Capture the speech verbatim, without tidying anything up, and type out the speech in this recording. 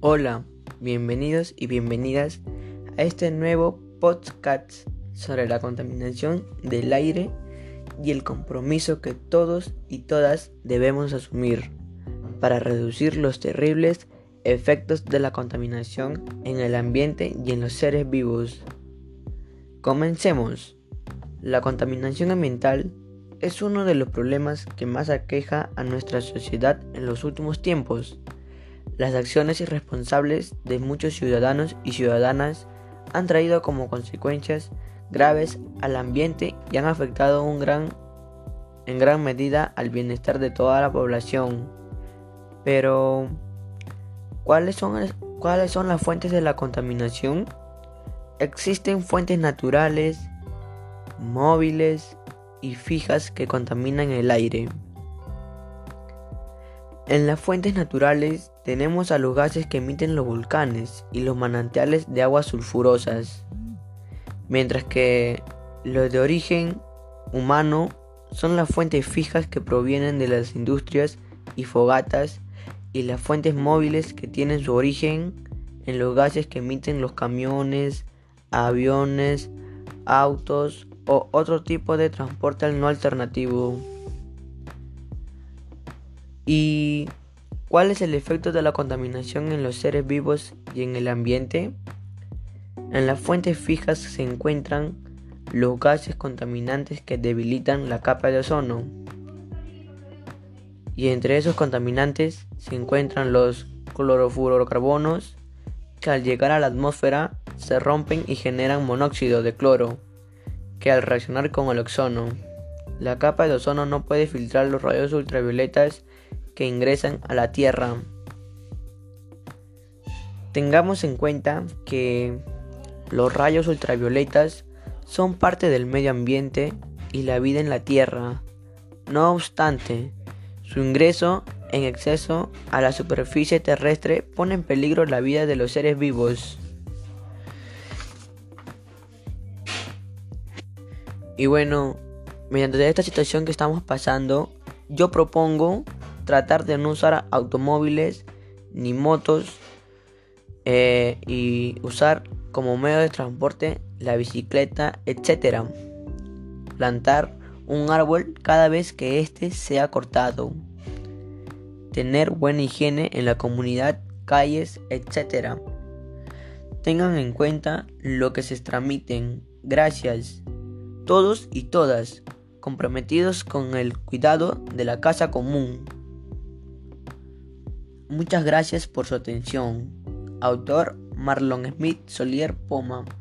Hola, bienvenidos y bienvenidas a este nuevo podcast sobre la contaminación del aire y el compromiso que todos y todas debemos asumir para reducir los terribles efectos de la contaminación en el ambiente y en los seres vivos. Comencemos. La contaminación ambiental es uno de los problemas que más aqueja a nuestra sociedad en los últimos tiempos. Las acciones irresponsables de muchos ciudadanos y ciudadanas han traído como consecuencias graves al ambiente y han afectado un gran, en gran medida al bienestar de toda la población. Pero, ¿cuáles son, cuáles son las fuentes de la contaminación? Existen fuentes naturales, móviles y fijas que contaminan el aire. En las fuentes naturales tenemos a los gases que emiten los volcanes y los manantiales de aguas sulfurosas, mientras que los de origen humano son las fuentes fijas que provienen de las industrias y fogatas, y las fuentes móviles que tienen su origen en los gases que emiten los camiones, aviones, autos o otro tipo de transporte no alternativo. ¿Y cuál es el efecto de la contaminación en los seres vivos y en el ambiente? En las fuentes fijas se encuentran los gases contaminantes que debilitan la capa de ozono. Y entre esos contaminantes se encuentran los clorofluorocarbonos, que al llegar a la atmósfera se rompen y generan monóxido de cloro, que al reaccionar con el ozono, la capa de ozono no puede filtrar los rayos ultravioletas que ingresan a la Tierra. Tengamos en cuenta que los rayos ultravioletas son parte del medio ambiente y la vida en la Tierra. No obstante, su ingreso en exceso a la superficie terrestre pone en peligro la vida de los seres vivos. Y bueno, mediante esta situación que estamos pasando, yo propongo tratar de no usar automóviles ni motos eh, y usar como medio de transporte la bicicleta, etcétera. Plantar un árbol cada vez que éste sea cortado. Tener buena higiene en la comunidad, calles, etcétera. Tengan en cuenta lo que se transmiten. Gracias. Todos y todas comprometidos con el cuidado de la casa común. Muchas gracias por su atención. Autor Marlon Smith Solier Poma.